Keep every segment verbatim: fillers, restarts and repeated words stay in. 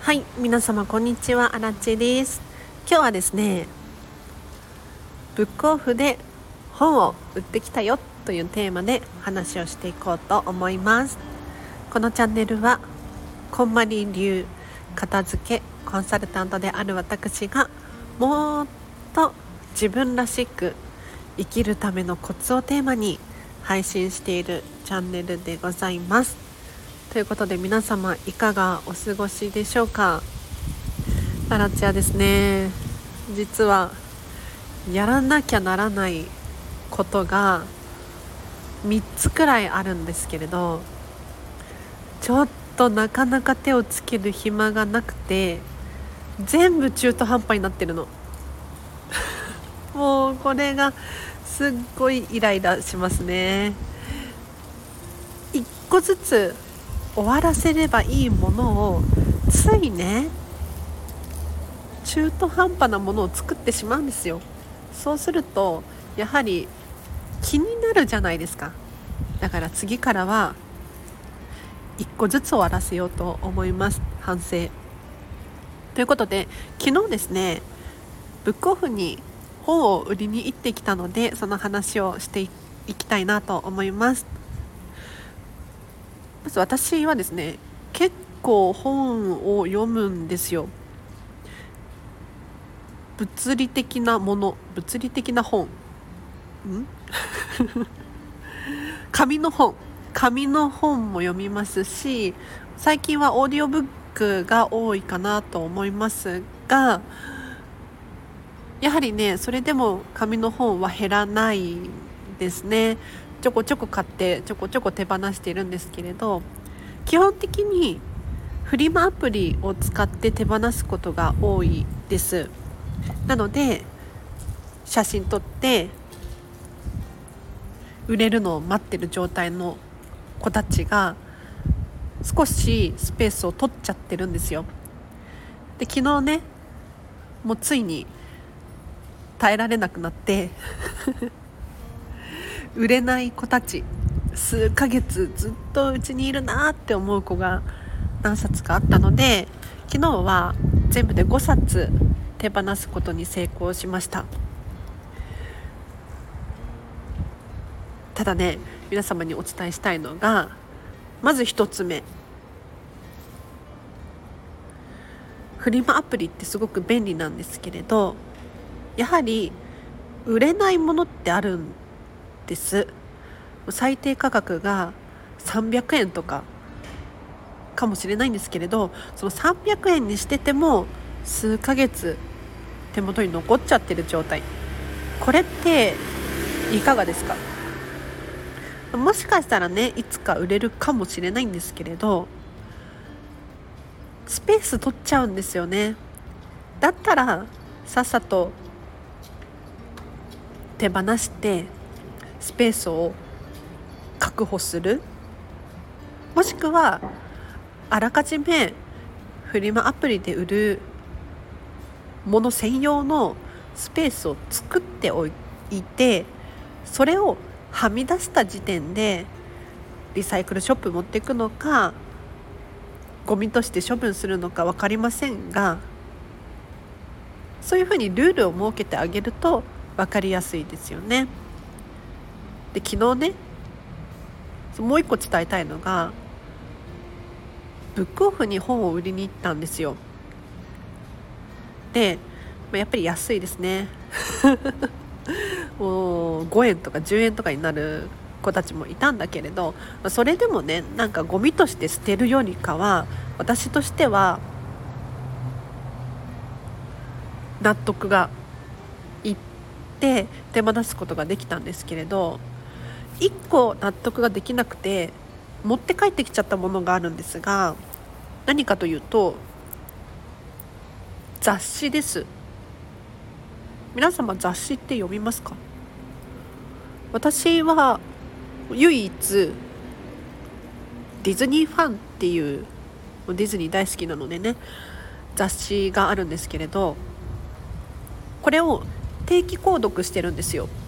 はい、皆様こんにちは、アラチェです。今日はですね、ブックオフで本を売ってきたよというテーマで話をしていこうと思います。このチャンネルはこんまり流片付けコンサルタントである私がもっと自分らしく生きるためのコツをテーマに配信しているチャンネルでございます。ということで皆様いかがお過ごしでしょうか。アラチはですね、実はやらなきゃならないことがみっつくらいあるんですけれど、ちょっとなかなか手をつける暇がなくて全部中途半端になってるのもうこれがすっごいイライラしますね。一個ずつ終わらせればいいものをついね中途半端なものを作ってしまうんですよ。そうするとやはり気になるじゃないですか。だから次からは一個ずつ終わらせようと思います。反省ということで、昨日ですねブックオフに本を売りに行ってきたので、その話をしていきたいなと思います。まず私はですね、結構本を読むんですよ。物理的なもの、物理的な本ん紙の本紙の本も読みますし、最近はオーディオブックが多いかなと思いますが、やはりねそれでも紙の本は減らないですね。ちょこちょこ買ってちょこちょこ手放しているんですけれど、基本的にフリマアプリを使って手放すことが多いです。なので写真撮って売れるのを待ってる状態の子たちが少しスペースを取っちゃってるんですよ。で昨日ねもうついに耐えられなくなって売れない子たち、数ヶ月ずっとうちにいるなって思う子が何冊かあったので、昨日は全部でごさつ手放すことに成功しました。ただね、皆様にお伝えしたいのが、まず一つ目、フリマアプリってすごく便利なんですけれど、やはり売れないものってあるんです。最低価格がさんびゃくえんとかかもしれないんですけれど、そのさんびゃくえんにしてても数ヶ月手元に残っちゃってる状態、これっていかがですか？もしかしたらねいつか売れるかもしれないんですけれど、スペース取っちゃうんですよね。だったらさっさと手放してスペースを確保する、もしくはあらかじめフリマアプリで売るもの専用のスペースを作っておいて、それをはみ出した時点でリサイクルショップ持っていくのかゴミとして処分するのか分かりませんが、そういうふうにルールを設けてあげると分かりやすいですよね。で昨日ねもう一個伝えたいのが、ブックオフに本を売りに行ったんですよ。でやっぱり安いですねもうごえんとかじゅうえんとかになる子たちもいたんだけれど、それでもねなんかゴミとして捨てるよりかは私としては納得がいって手放すことができたんですけれど、いっこ納得ができなくて持って帰ってきちゃったものがあるんですが、何かというと雑誌です。皆様雑誌って読みますか？私は唯一ディズニーファンっていうディズニー大好きなのでね雑誌があるんですけれど、これを定期購読してるんですよ。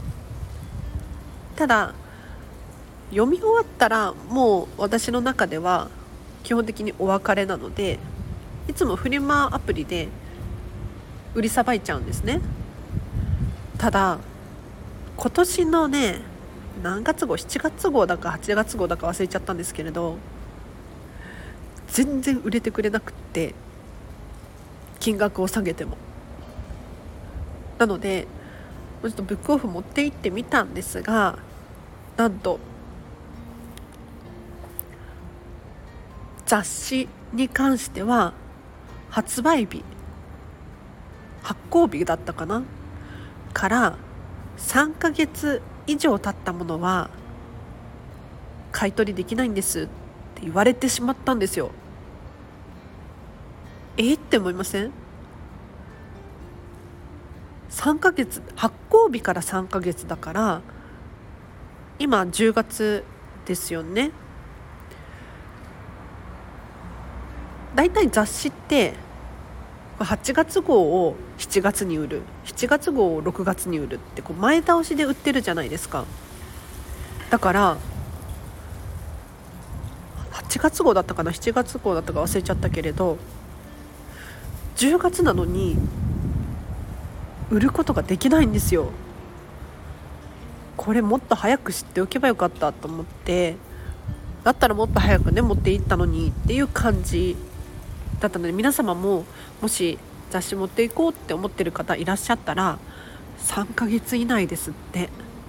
ただ読み終わったらもう私の中では基本的にお別れなので、 いつもフリマアプリで売りさばいちゃうんですね。ただ今年のね何月号しちがつ号だかはちがつ号だか忘れちゃったんですけれど、全然売れてくれなくって、金額を下げても。なのでちょっとブックオフ持って行ってみたんですが、なんと雑誌に関しては発売日発行日だったかなからさんかげつ以上経ったものは買い取りできないんですって言われてしまったんですよ。えって思いません？さんかげつ、発行日からさんかげつだから、今じゅうがつですよね。だいたい雑誌ってはちがつ号をしちがつに売る、しちがつ号をろくがつに売るってこう前倒しで売ってるじゃないですか。だからはちがつ号だったかなしちがつ号だったか忘れちゃったけれど、じゅうがつなのに売ることができないんですよ。これもっと早く知っておけばよかったと思って、だったらもっと早くね持っていったのにっていう感じだったので、皆様ももし雑誌持っていこうって思ってる方いらっしゃったらさんかげつ以内ですって。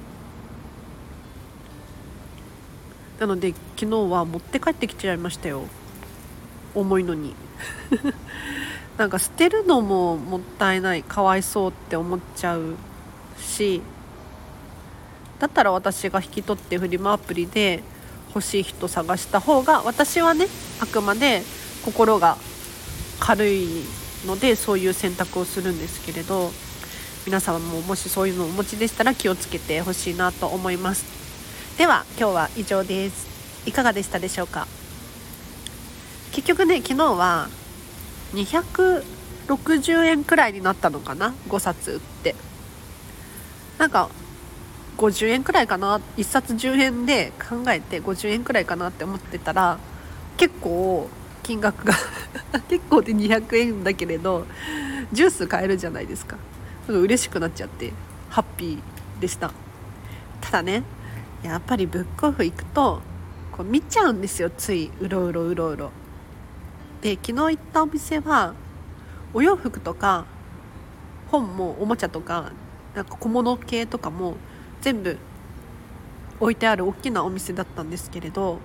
なので昨日は持って帰ってきちゃいましたよ、重いのになんか捨てるのももったいない、かわいそうって思っちゃうし、だったら私が引き取ってフリマアプリで欲しい人探した方が、私はねあくまで心が軽いのでそういう選択をするんですけれど、皆様ももしそういうのをお持ちでしたら気をつけてほしいなと思います。では今日は以上です。いかがでしたでしょうか。結局ね昨日はにひゃくろくじゅうえんくらいになったのかな、ごさつ売って。なんかごじゅうえんくらいかな、いっさつじゅうえんで考えてごじゅうえんくらいかなって思ってたら、結構金額が結構でにひゃくえんだけれどジュース買えるじゃないですか。嬉しくなっちゃってハッピーでした。ただねやっぱりブックオフ行くとこう見ちゃうんですよ、ついうろうろうろうろで。昨日行ったお店はお洋服とか本もおもちゃとかなんか小物系とかも全部置いてある大きなお店だったんですけれど、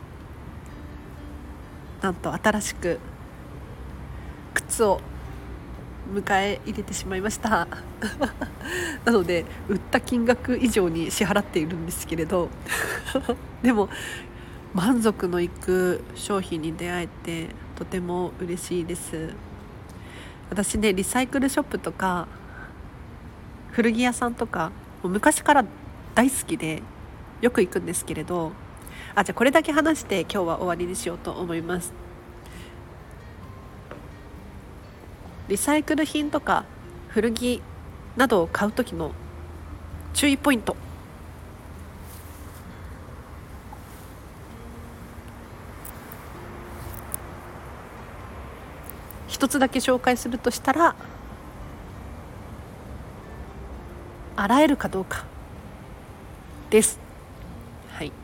なんと新しく靴を迎え入れてしまいましたなので売った金額以上に支払っているんですけれどでも満足のいく商品に出会えてとても嬉しいです。私ねリサイクルショップとか古着屋さんとかもう昔から大好きでよく行くんですけれど、あじゃあこれだけ話して今日は終わりにしようと思います。リサイクル品とか古着などを買う時の注意ポイント。一つだけ紹介するとしたら、洗えるかどうかです。はい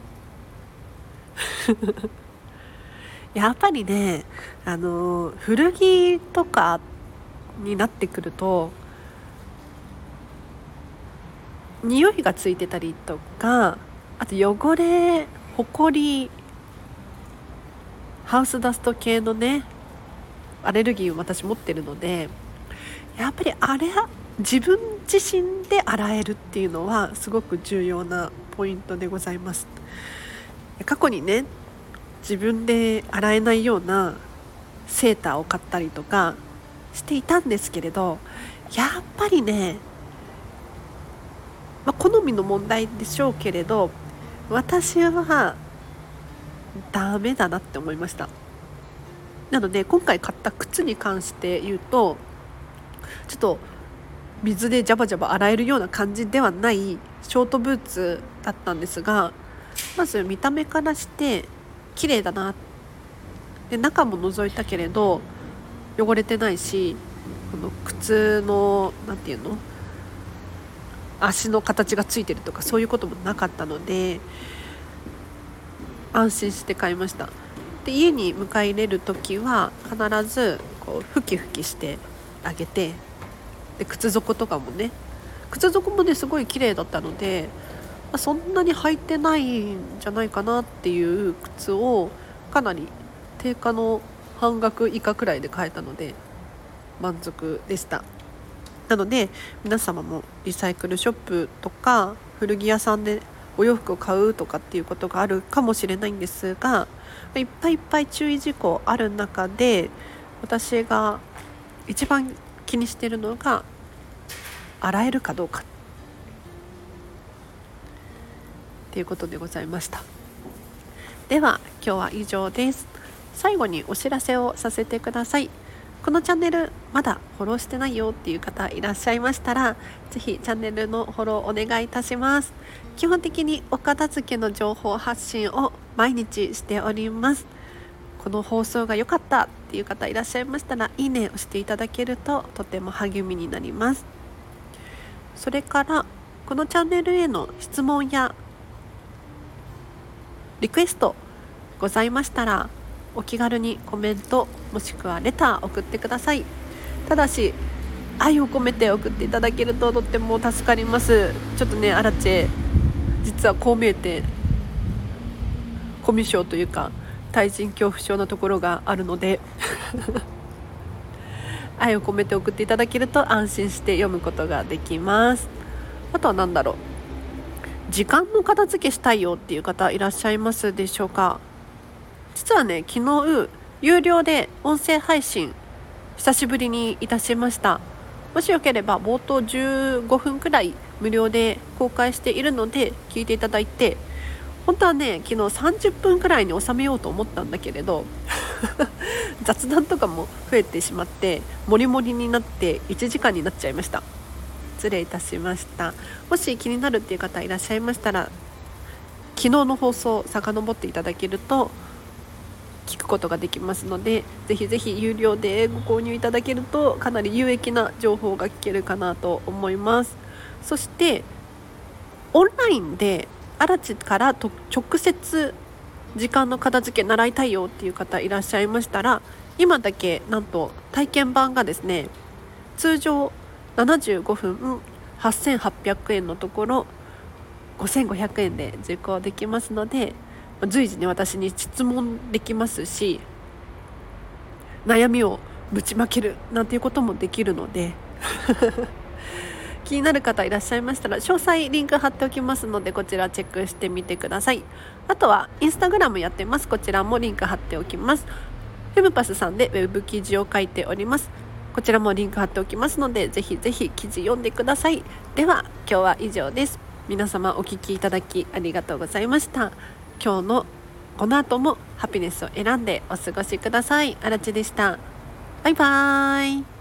やっぱりねあの古着とかになってくると匂いがついてたりとか、あと汚れ、ほこり、ハウスダスト系のねアレルギーを私持ってるので、やっぱりあれ自分自身で洗えるっていうのはすごく重要なポイントでございます。過去にね自分で洗えないようなセーターを買ったりとかしていたんですけれど、やっぱりね、まあ、好みの問題でしょうけれど私はダメだなって思いました。なので今回買った靴に関して言うと、ちょっと水でジャバジャバ洗えるような感じではないショートブーツだったんですが、まず見た目からして綺麗だなで、中も覗いたけれど汚れてないし、この靴のなんていうの足の形がついてるとかそういうこともなかったので安心して買いました。で家に迎え入れる時は必ずこう拭き拭きしてあげて、で靴底とかもね靴底もねすごい綺麗だったので、まあそんなに履いてないんじゃないかなっていう靴をかなり定価の半額以下くらいで買えたので満足でした。なので皆様もリサイクルショップとか古着屋さんでお洋服を買うとかっていうことがあるかもしれないんですが、いっぱいいっぱい注意事項ある中で私が一番気にしているのが洗えるかどうかっていうことでございました。では今日は以上です。最後にお知らせをさせてください。このチャンネルまだフォローしてないよっていう方いらっしゃいましたら、ぜひチャンネルのフォローお願いいたします。基本的にお片付けの情報発信を毎日しております。この放送が良かったっていう方いらっしゃいましたら、いいねを押していただけるととても励みになります。それからこのチャンネルへの質問やリクエストございましたら、お気軽にコメントもしくはレター送ってください。ただし愛を込めて送っていただけるととっても助かります。ちょっとねアラチェ実はこう見えてコミュ障というか対人恐怖症のところがあるので愛を込めて送っていただけると安心して読むことができます。あとは何だろう、時間の片付けしたいよっていう方いらっしゃいますでしょうか。実はね昨日有料で音声配信久しぶりにいたしました。もしよければ冒頭じゅうごふんくらい無料で公開しているので聞いていただいて、本当はね昨日さんじゅっぷんくらいに収めようと思ったんだけれど雑談とかも増えてしまってモリモリになっていちじかんになっちゃいました。失礼いたしました。もし気になるっていう方いらっしゃいましたら、昨日の放送を遡っていただけると聞くことができますので、ぜひぜひ有料でご購入いただけるとかなり有益な情報が聞けるかなと思います。そしてオンラインでアラチからと直接時間の片付け習いたいよっていう方いらっしゃいましたら、今だけなんと体験版がですね通常ななじゅうごふんはっせんはっぴゃくえんのところごせんごひゃくえんで受講できますので、随時ね私に質問できますし、悩みをぶちまけるなんていうこともできるので気になる方いらっしゃいましたら詳細リンク貼っておきますので、こちらチェックしてみてください。あとはインスタグラムやってます。こちらもリンク貼っておきます。フェムパスさんでウェブ記事を書いております。こちらもリンク貼っておきますので、ぜひぜひ記事読んでください。では今日は以上です。皆様お聞きいただきありがとうございました。今日のこの後もハピネスを選んでお過ごしください。あらちでした。バイバーイ。